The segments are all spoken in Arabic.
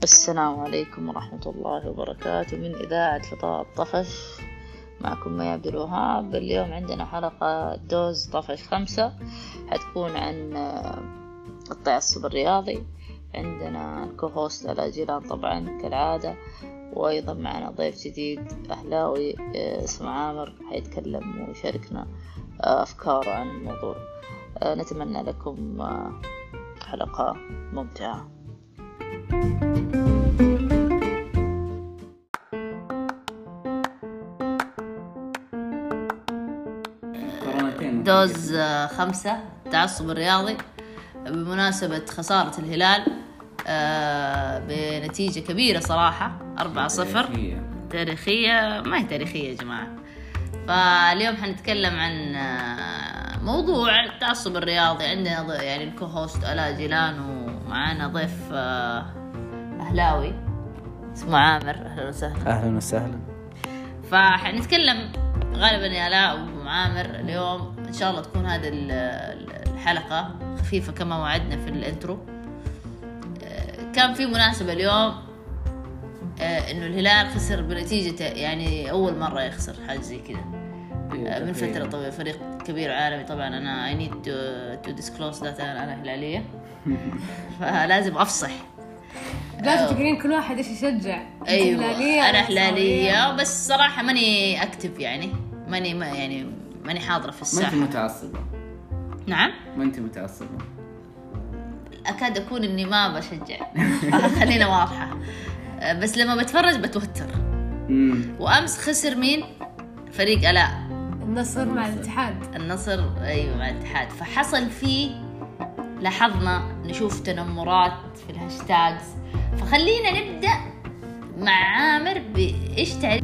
السلام عليكم ورحمة الله وبركاته من إذاعة فضاء الطفش. معكم مي عبد الوهاب. اليوم عندنا حلقة دوز طفش 5 حتكون عن التعصب الرياضي. عندنا الكوهوست آلاء جيلان طبعا كالعادة، وأيضا معنا ضيف جديد أهلاوي اسمه عامر حيتكلم ويشاركنا أفكاره عن الموضوع. نتمنى لكم حلقة ممتعة. دوز 5 التعصب الرياضي بمناسبة خسارة الهلال بنتيجة كبيرة صراحة 4-0 تاريخية. ما هي تاريخية يا جماعة. فاليوم حنتكلم عن موضوع التعصب الرياضي. عندنا يعني الكوهوست آلاء جيلان، ومعانا ضيف أهلاوي اسمه عامر. أهلا وسهلا. أهلا وسهلا. فحنتكلم غالبا يا آلاء وعامر اليوم إن شاء الله تكون هذه الحلقة خفيفة كما وعدنا في الانترو. كان في مناسبة اليوم إنه الهلال خسر بنتيجة، يعني أول مرة يخسر حاجة زي كده من فترة طويلة. فريق كبير عالمي طبعا. أنا I need to disclose that أنا هلالية فلازم أفصح. لازم تقولين كل واحد إيش يشجع. أيوة أنا هلالية، بس صراحة ماني أكتف، يعني ماني حاضرة في الساحة. ما أنت متعصبة؟ نعم، ما أنت متعصبة. أكاد أكون إني ما بشجع خلينا واضحة، بس لما بتفرج بتوتر. وأمس خسر مين؟ فريق آلاء النصر مع الاتحاد. النصر أيوة مع الاتحاد. فحصل فيه لاحظنا نشوف تنمرات في الهاشتاجز. فخلينا نبدأ مع عامر بإيش تعريف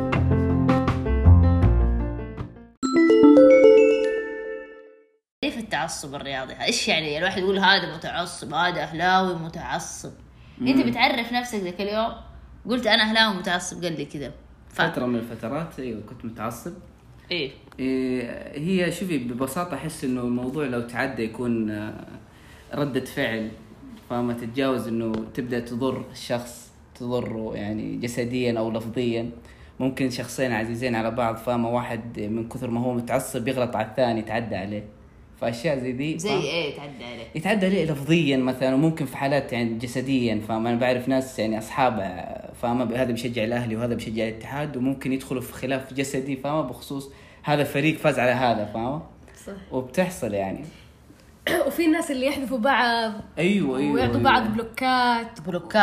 التعصب الرياضي. إيش يعني الواحد يقول هذا متعصب، هذا أهلاوي متعصب؟ أنت بتعرف نفسك ذاك اليوم قلت أنا أهلاوي متعصب، قال لي كذا فترة من الفترات. أيوة كنت متعصب. إيه هي شوفي ببساطة أحس إنه الموضوع لو تعدى يكون ردة فعل، فما تتجاوز إنه تبدأ تضر الشخص، تضره يعني جسديا أو لفظيا. ممكن شخصين عزيزين على بعض، فما واحد من كثر ما هو متعصب يغلط على الثاني يتعدى عليه. فأشياء زي دي زي إيه يتعدى عليه؟ يتعدى عليه لفظيا مثلا، وممكن في حالات يعني جسديا. فما أنا بعرف ناس يعني أصحاب، فما هذا بيشجع الأهلي وهذا بيشجع الاتحاد، وممكن يدخلوا في خلاف جسدي، فما بخصوص هذا فريق فاز على هذا، فاهمة؟ صح. وبتحصل يعني. وفي الناس اللي يحذفوا بعض. أيوة ويعطوا بعض بلوكات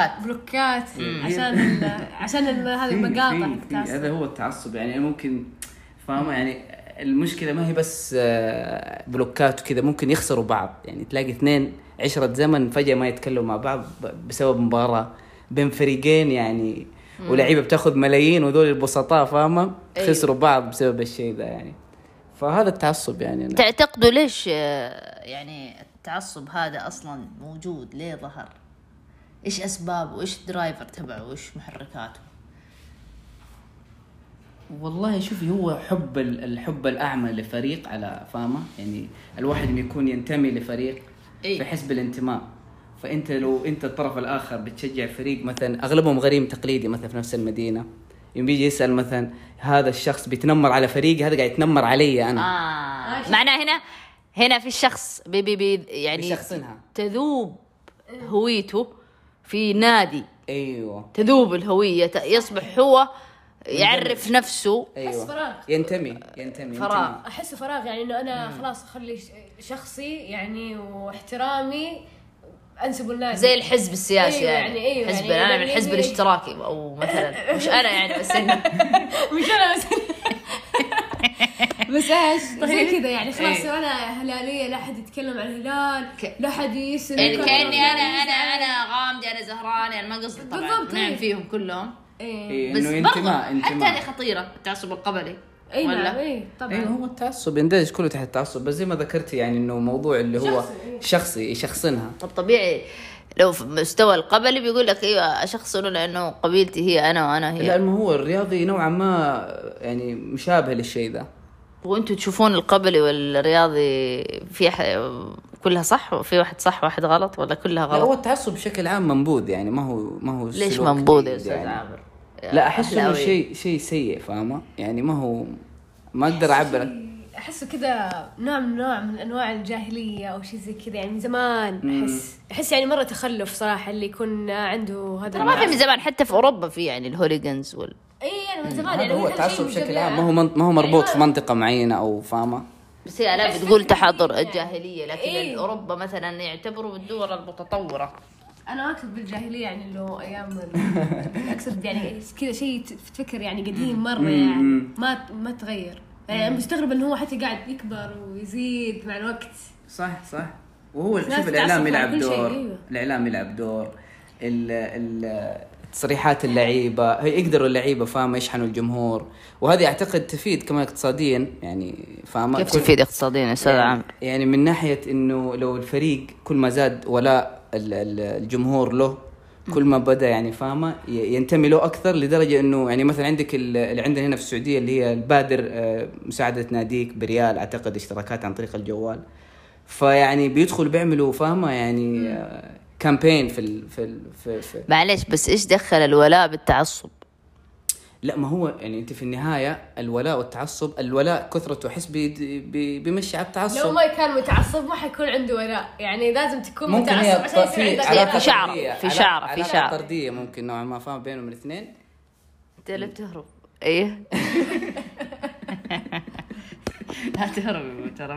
عشان هذه المقاطع. هذا هو التعصب يعني. ممكن فاهمة يعني المشكلة ما هي بس بلوكات وكذا، ممكن يخسروا بعض. يعني تلاقي 2 عشرة زمن فجأة ما يتكلموا مع بعض بسبب مباراة بين فريقين يعني، ولعيبة بتاخذ ملايين، وذول البسطاء فاهمة خسروا بعض بسبب الشيء ذا يعني. فهذا التعصب يعني. تعتقدوا ليش يعني التعصب هذا أصلا موجود؟ ليه ظهر؟ إيش أسبابه؟ وإيش الدرايفر تبعه؟ وإيش محركاته؟ والله شوفي، هو الحب الأعمى لفريق على فاهمة يعني. الواحد يكون ينتمي لفريق في حسب الانتماء. فأنت لو أنت الطرف الآخر بتشجع فريق مثلا أغلبهم غريم تقليدي مثلا في نفس المدينة، يوم بيجي يسأل مثلا هذا الشخص بيتنمر على فريقي، هذا قاعد يتنمر علي أنا. معناه هنا في الشخص يعني بيشخصنها، تذوب هويته في نادي. أيوة تذوب الهوية، يصبح هو يعرف نفسه. أيوة. فراغ. ينتمي فراغ. أحس فراغ يعني إنه أنا خلاص أخلي شخصي يعني واحترامي أنسب النادي. زي الحزب السياسي. أيوة يعني حزب يعني أنا من الحزب الاشتراكي أو مثلا مش أنا يعني بس بس إيش زي كذا يعني. خلاص أنا هلالية، لا أحد يتكلم عن الهلال، لا أحد يسأل يعني كأني أنا غامدي، أنا زهراني. أنا ما قصدي طبعا نعم فيهم كلهم. بس انتماء حتى هذه خطيرة، التعصب القبلي. ولا طبعا. أيوة هو التعصب يندرج كله تحت التعصب، بس زي ما ذكرتي يعني إنه موضوع اللي هو شخصي يشخصنها. طب طبيعي لو في مستوى القبلي بيقول لك ايوه اشخصنه لانه قبيلتي هي انا وانا هي. لانه هو الرياضي نوعا ما يعني مشابه للشيء ده. وانتوا تشوفون القبلي والرياضي في كلها صح وفي واحد صح واحد غلط ولا كلها لا غلط؟ هو التعصب بشكل عام منبوذ يعني، ما هو ليش سلوك منبوذ يا جيد أستاذ يعني. عامر؟ لا احس انه أهلاوي. شيء سيء فاهمة يعني، ما اقدر اعبر. احسه كذا نوع من انواع الجاهليه او شيء زي كذا يعني من زمان. احس يعني مره تخلف صراحه اللي يكون عنده هذا. ما في من زمان، حتى في اوروبا في يعني الهوليجنز اي يعني من زمان يعني هذا هو هذا التعصب شيء بشكل قبل- عام، ما هو مربوط يعني في منطقة معينة او فاهمة. بس هي لا بس بتقول فكرة تحضر يعني. الجاهلية، لكن إيه. اوروبا مثلا يعتبروا بالدول المتطورة. انا اقصد بالجاهليه يعني انه ايام اقصد يعني كذا شيء تفكر يعني قديم مره يعني ما تغير يعني. مستغرب انه هو حتى قاعد يكبر ويزيد مع الوقت. صح وهو ناس شوف الاعلام تعصب على يلعب كل شيء، دور. أيوة. الاعلام يلعب دور، تصريحات اللعيبه، هي يقدروا اللعيبه فاهمه يشحنوا الجمهور، وهذه اعتقد تفيد كمان اقتصاديا يعني فاهمه. كيف تفيد اقتصاديا يا استاذ عامر؟ يعني من ناحيه انه لو الفريق كل ما زاد ولاء الجمهور له، كل ما بدا يعني فاهمه ينتمي له اكثر، لدرجه انه يعني مثلا عندك اللي عندنا هنا في السعوديه اللي هي البادر، مساعده ناديك بريال اعتقد، اشتراكات عن طريق الجوال. فيعني بيدخلوا بيعملوا فاهمه يعني كامبين في معلش بس ايش دخل الولاء بالتعصب؟ لا ما هو يعني انت في النهايه الولاء والتعصب، الولاء كثرته حس بيمشي على التعصب. لو ما كان متعصب ما حيكون عنده ولاء يعني، لازم تكون ممكن متعصب عشان يصير في عندك علاقه ولاء. شعر، طردية، في شعر، في شعر. علاقه طرديه ممكن نوعا ما فاهم بينهم الاثنين. انت اللي بتهرب. ايه لا تهربي ترى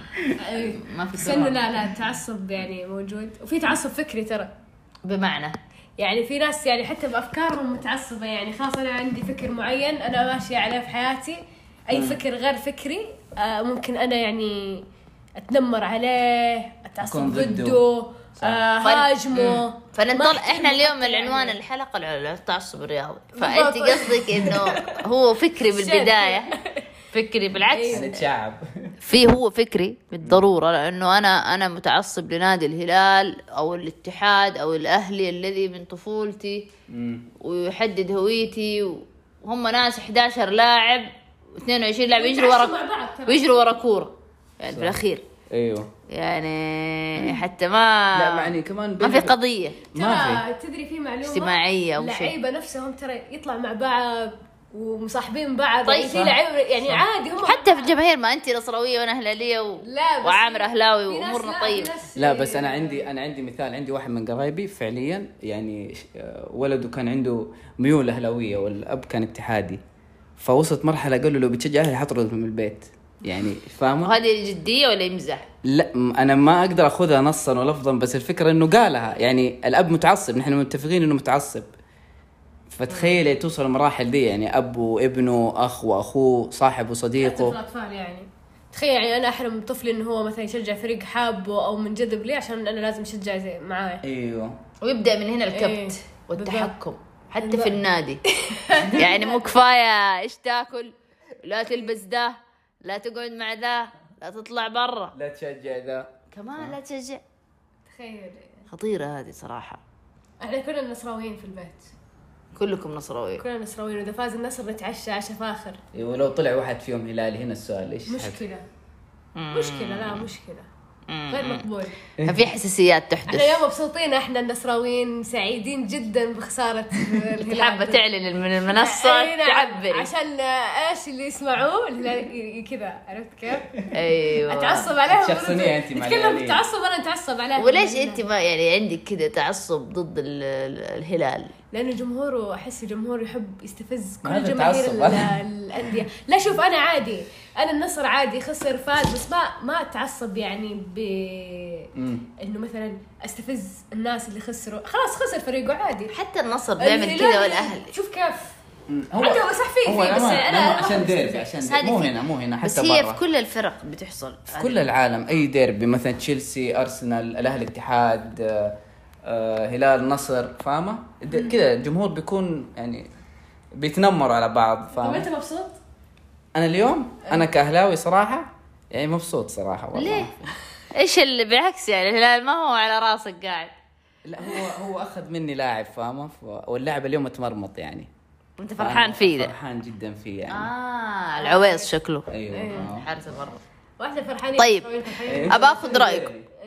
ما في بس انه لا التعصب يعني موجود، وفي تعصب فكري ترى. بمعنى يعني في ناس يعني حتى بافكارهم متعصبه يعني، خلاص انا عندي فكر معين انا ماشيه عليه في حياتي، اي فكر غير فكري ممكن انا يعني اتنمر عليه، اتعصب أكون ضده. ضده، هاجمه. فننطلق ما احنا اليوم أحترم العنوان يعني. الحلقه التعصب الرياضي، بالضبط. فانت قصدك انه هو فكري بالبدايه، فكري بالعكس نتشعب. هو فكري بالضروره، لانه انا متعصب لنادي الهلال او الاتحاد او الاهلي الذي من طفولتي ويحدد هويتي، وهم ناس 11 لاعب 22 لاعب يجروا ورا كوره يعني في الاخير. ايوه يعني حتى ما لا معني كمان ما في قضيه ما ترى تدري في معلومه اجتماعيه او شيء. اللعيبه نفسهم ترى يطلع مع بعض ومصاحبين بعض. طيب يعني في لعيبه يعني عادي هم حتى في الجماهير، ما انت نصراويه وانا اهلاليه لا بس وعامر في اهلاوي ناس وامورنا لا، طيب. في ناس لا بس انا عندي مثال. عندي واحد من قرايبي فعليا يعني ولده كان عنده ميول اهلاويه والاب كان اتحادي، فوصلت مرحله قال له لو بتشجع اهلي حطرد من البيت يعني فاهمه. وهذه جديه ولا يمزح؟ لا انا ما اقدر اخذها نصا ولفظا، بس الفكره انه قالها يعني الاب متعصب، نحن متفقين انه متعصب. فتخيل توصل المراحل دي يعني اب وابنه، اخ واخوه، صاحب حتى وصديقه. في الاطفال يعني تخيل يعني انا احرم طفلي انه هو مثلا يشجع فريق حابه او منجذب ليه عشان انا لازم اشجع زي معاه. ايوه ويبدا من هنا الكبت إيه. والتحكم حتى في النادي. يعني مو كفايه ايش تاكل، لا تلبس ده، لا تقعد مع ذا، لا تطلع برا، لا تشجع ذا كمان لا تشجع. تخيل خطيره هذه صراحه. احنا كلنا نصراويين في البيت، كلكم نصراويه. كلنا نصراويين، واذا فاز النصر نتعشى عشاء فاخر. ولو طلع واحد فيهم هلالي هنا السؤال ايش مشكله لا مشكله غير مقبول. في حساسيات تحدث. احنا اليوم مبسوطين، احنا النصراويين سعيدين جدا بخساره الهلال. حابه تعلن من المنصه تعبري عشان ايش اللي يسمعوه الهلال كذا، عرفت كيف؟ ايوه اتعصب عليهم. شخصنيه انت مع تتكلم الهلاليين. بتعصب انا اتعصب عليهم. وليش انت ما يعني عندك كذا تعصب ضد الهلال؟ لانه جمهوره، احس الجمهور يحب يستفز كل هذا جماهير تعصب. الانديه. لا شوف انا عادي، انا النصر عادي خسر فاز، بس ما اتعصب يعني انه مثلا استفز الناس اللي خسروا. خلاص خسر فريقه عادي. حتى النصر بيعمل كذا والاهلي. شوف كيف هو صح فيه بس أنا انا عشان ديربي، عشان مو هنا حتى بس هي برا. في كل الفرق بتحصل في كل العالم اي ديربي، مثلا تشيلسي، ارسنال، الاهلي، الاتحاد، هلال، نصر، فاهمه كذا الجمهور بيكون يعني بيتنمروا على بعض. طب فاهمه انت مبسوط؟ انا اليوم انا كاهلاوي صراحه يعني مبسوط صراحه والله. ليه؟ ايش اللي بالعكس يعني الهلال ما هو على راسك قاعد. لا هو اخذ مني لاعب فاهمه، واللاعب اليوم اتمرمط يعني. انت فرحان فيه ده؟ فرحان جدا فيه يعني. العويص شكله. ايوه حارس المرمى. واحنا فرحانين. طيب فرحانين. ابى اخذ رايكم.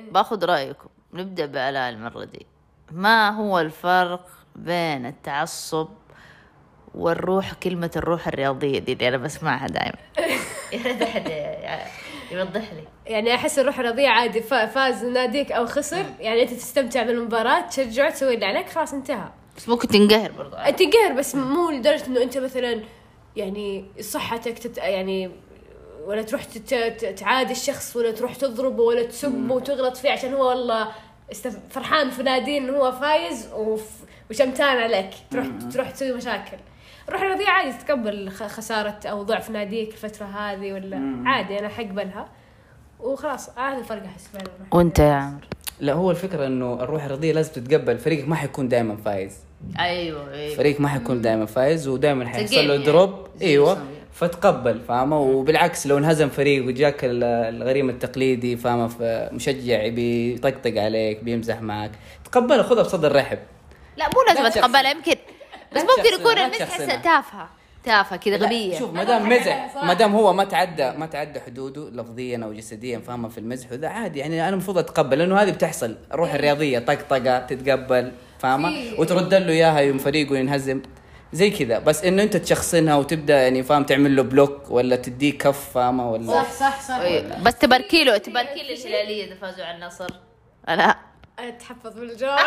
باخذ رأيكم. نبدأ بآلاء المرة دي. ما هو الفرق بين التعصب والروح، كلمة الروح الرياضية دي اللي أنا بسمعها دائما؟ يا ريت أحد يوضح لي. يعني أحس الروح الرياضية عادي، فاز ناديك أو خسر، يعني أنت تستمتع بالمباراة، تشجع، تسوي اللي عليك، خلاص انتهى. بس ممكن تنقهر برضو. أنت تنقهر بس مو لدرجة إنه أنت مثلا يعني صحتك يعني ولا تروح تعادي الشخص ولا تروح تضربه ولا تسبه وتغلط فيه عشان هو والله فرحان في نادي إنه هو فايز وشمتان عليك، تروح تسوي مشاكل. الروح الرياضية عادي تتقبل خسارة أو ضعف ناديك الفترة هذه ولا عادي، أنا حقبلها وخلاص. هذا الفرق أحس بين الروح. وأنت يا عمر؟ لا، هو الفكرة إنه الروح الرياضية لازم تتقبل فريقك ما حيكون دائما فايز. أيوة. فريق ما حيكون دائما فايز ودائما حيحصل له دروب. أيوة، فتقبل، فاهمة؟ وبالعكس لو انهزم فريق وجاك الغريم التقليدي، فاهمة، مشجع بيطقطق عليك بيمزح معك، تقبله، خذها بصدر رحب. لا مو لازم تقبلها، يمكن بس ممكن يكون المزح تافهة كذا غبية. شوف، ما دام هو ما تعدى حدوده لفظيا او جسديا، فاهمة، في المزح وذا عادي. يعني انا المفروض اتقبل لانه هذه بتحصل. الروح الرياضية طقطقة، تتقبل، فاهمة، وترد له اياها يوم فريقه ينهزم زي كذا. بس انه انت تشخصنها وتبدا يعني فاهم تعمل له بلوك ولا تديه كف، فاهمة، ولا صح. بس تباركي له الهلالية اذا فازوا على النصر. انا اتحفظ بالجواب.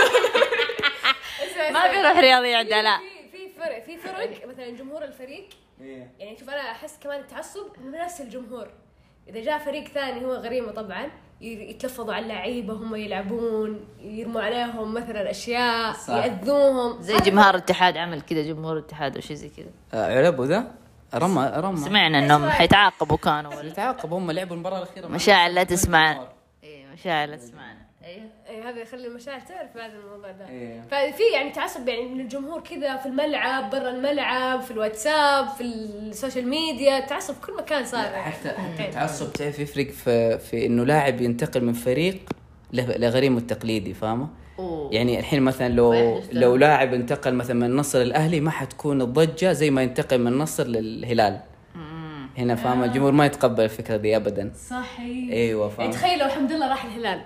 ما في روح رياضية عند علاء. في فرق مثلا جمهور الفريق. يعني شوف، انا احس كمان التعصب من نفس الجمهور. اذا جاء فريق ثاني هو غريمه طبعا يتلفظوا على اللعيبه هم يلعبون، يرموا عليهم مثلا اشياء، ياذوهم، زي جمهور الاتحاد عمل كذا، جمهور الاتحاد وشي زي كذا. علبوا ذا رمى سمعنا انهم حيتعاقبوا، كانوا ولا يتعاقبوا. هم لعبوا المباراه الاخيره. مشاعر لا تسمعنا. مشاعر لا تسمعنا. هذا يخلي المشاعر تعرف هذا الموضوع ده. ففي يعني تعصب يعني من الجمهور كذا، في الملعب، برا الملعب، في الواتساب، في السوشيال ميديا، تعصب كل مكان صار. حتى التعصب تعرف يفرق في انه لاعب ينتقل من فريق لغريمه التقليدي، فاهمه؟ يعني الحين مثلا لو لاعب انتقل مثلا من النصر للاهلي، ما حتكون الضجه زي ما ينتقل من النصر للهلال. هنا فاهمه الجمهور ما يتقبل الفكره دي ابدا. صحيح. ايوه فاهم. تخيلوا الحمد لله راح الهلال،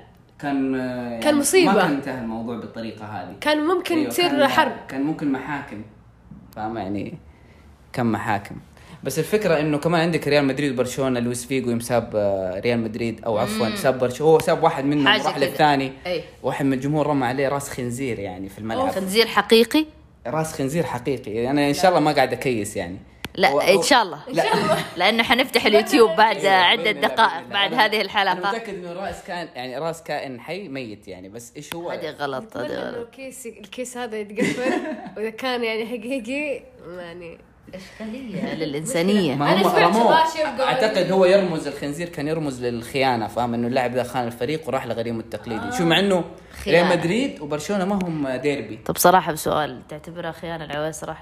كان مصيبة. ما كان انتهى الموضوع بالطريقة هذه، كان ممكن تصير حرب، كان ممكن محاكم، فاهم يعني، كم محاكم. بس الفكرة انه كمان عندك ريال مدريد وبرشلونة، لويس فيجو يمساب ريال مدريد او عفوا ساب برشلونة، هو ساب واحد منهم راح للثاني. واحد من الجمهور رمى عليه راس خنزير يعني في الملعب. خنزير حقيقي، راس خنزير حقيقي. انا ان شاء الله ما قاعد اكيس يعني. لا ان شاء الله لانه حنفتح اليوتيوب بعد عدة دقائق بعد هذه الحلقة. انا متاكد انه راس كائن حي ميت يعني، بس ايش هو هذه غلط. الكيس هذا يتقفل واذا كان يعني حقيقي يعني إشكالية للإنسانية. ما هم أعتقد هو يرمز، الخنزير كان يرمز للخيانة، فاهم إنه اللاعب ذا خان الفريق وراح لغريمه التقليدي. شو مع إنه ريال مدريد وبرشلونة ما هم ديربي. طب صراحة بسؤال، تعتبرها خيانة العويس راح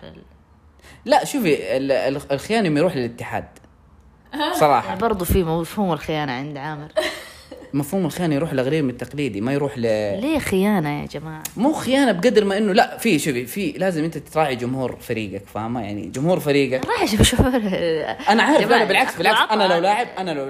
لا شوفي، الخيانة يروح للاتحاد صراحة. يعني برضو في مفهوم الخيانة عند عامر. مفهوم الخيانة يروح لغريم التقليدي، ما يروح ليه خيانة يا جماعة؟ مو خيانة بقدر ما إنه لا، في لازم أنت تراعي جمهور فريقك، فاهمة يعني؟ جمهور فريقك راح شوف أنا عارف. لا بالعكس أنا لو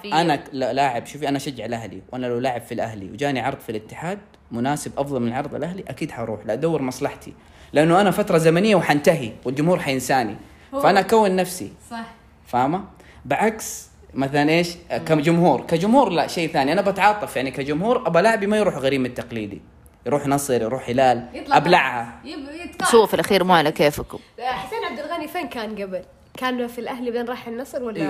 لاعب شوفي، أنا أشجع الأهلي، وأنا لو لاعب في الأهلي وجاني عرض في الاتحاد مناسب أفضل من عرض الأهلي، أكيد حروح، لا أدور مصلحتي، لأنه أنا فترة زمنية وحنتهي والجمهور حينساني، فأنا أكون نفسي صح، فاهمة؟ بعكس مثلا ايش كجمهور لا شيء ثاني. انا بتعاطف يعني كجمهور، ابى لاعبي ما يروح غريم التقليدي، يروح نصر، يروح هلال، ابلعها. شوف في الاخير مو على كيفكم. حسين عبد الغني فين كان قبل؟ كان في الاهلي بين راح النصر ولا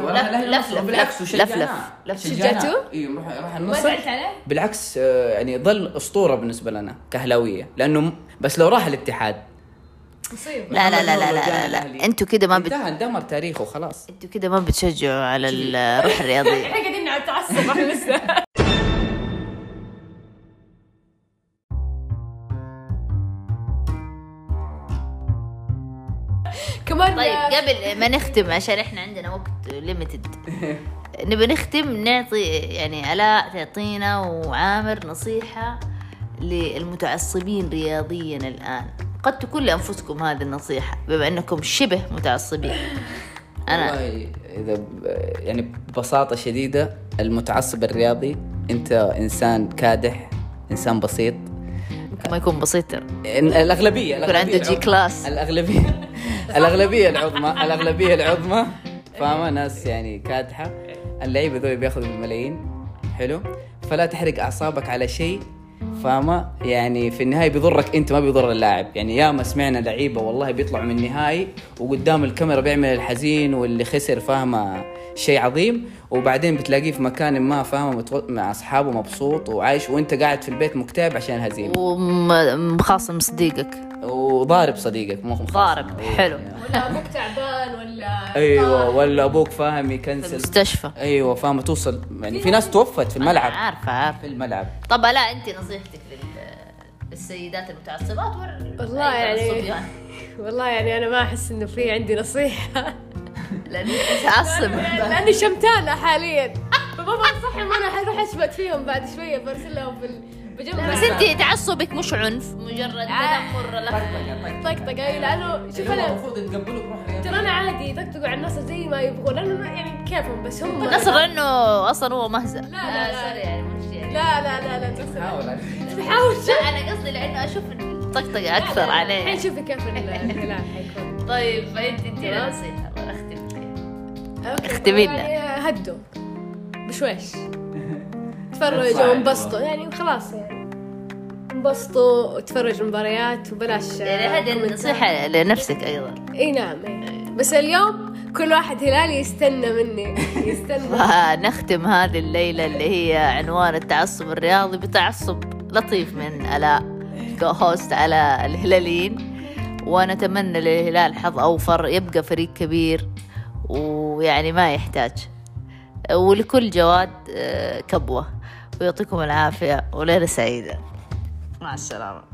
لف شجعته؟ ايوه راح النصر. بالعكس يعني ظل اسطوره بالنسبه لنا كهلاويه، لانه بس لو راح الاتحاد لا لا لا لا لا لا انتوا كده ما اندمر تاريخه خلاص. انتوا كده ما بتشجعوا على الروح الرياضيه. احنا قاعدين على التعصب احنا لسه. كمان طيب قبل ما نختم عشان احنا عندنا وقت ليميتد، نبي نختم نعطي يعني علاء تعطينا وعامر نصيحه للمتعصبين رياضيا الان، قد تكون لأنفسكم هذه النصيحة بما أنكم شبه متعصبين. أنا إذا يعني ببساطة شديدة، المتعصب الرياضي انت انسان كادح، انسان بسيط. ممكن ما يكون بسيط، الاغلبيه يكون عنده جي كلاس. الاغلبيه العظمى فاهمه، ناس يعني كادحه. اللعيبه ذول بياخذوا بالملايين، حلو. فلا تحرق اعصابك على شيء، فاهمه؟ يعني في النهايه بيضرك انت، ما بيضر اللاعب. يعني ياما سمعنا لعيبه والله بيطلعوا من النهائي وقدام الكاميرا بيعمل الحزين واللي خسر، فاهمه؟ شيء عظيم، وبعدين بتلاقيه في مكان ما، فاهمه؟ مع اصحابه مبسوط وعايش، وانت قاعد في البيت مكتئب عشان الهزيمه، ومخاصم صديقك وضارب صديقك، مو ضارب. حلو. ولا ابوك تعبان ولا ايوه، ولا ابوك فاهم يكنسل المستشفى. ايوه فاهمه، توصل يعني في ناس توفت في الملعب. عارفه في الملعب. طب لا، انت نصيحتك للسيدات المتعصبات والله يعني انا ما احس انه في عندي نصيحه لاني متعصب، لاني شمتانه حاليا، فما بنصحهم. انا حروح اشبك فيهم بعد شويه، برسل لهم بس انت تعصبك مش عنف، مجرد تنمر طقطقه. لانه شوف انا المفروض يتقبلوا بروح، ترى انا عادي يطقطقوا على الناس زي ما يبغوا، لانه يعني كيفهم، بس هم النصر انه اصلا هو مهزأ. لا يعني مش يعني لا تحاول. لا انا قصدي لانه اشوف الطقطقه اكثر عليه. الحين شوفي كيف الهلال حيكون. طيب فانت نصيحه اختمي لنا. هدوا بشويش، تفرجوا وانبسطوا يعني، خلاص يعني انبسطوا وتفرجوا مباريات وبلاش يعني. هذه نصيحة لنفسك أيضا. اي نعم. بس اليوم كل واحد هلالي يستنى مني، يستنى. نختم هذه الليلة اللي هي عنوان التعصب الرياضي بتعصب لطيف من آلاء كهوست على الهلاليين، ونتمنى للهلال حظ أوفر، يبقى فريق كبير ويعني ما يحتاج، ولكل جواد كبوة، ويعطيكم العافية وليلة سعيدة. مع السلامة.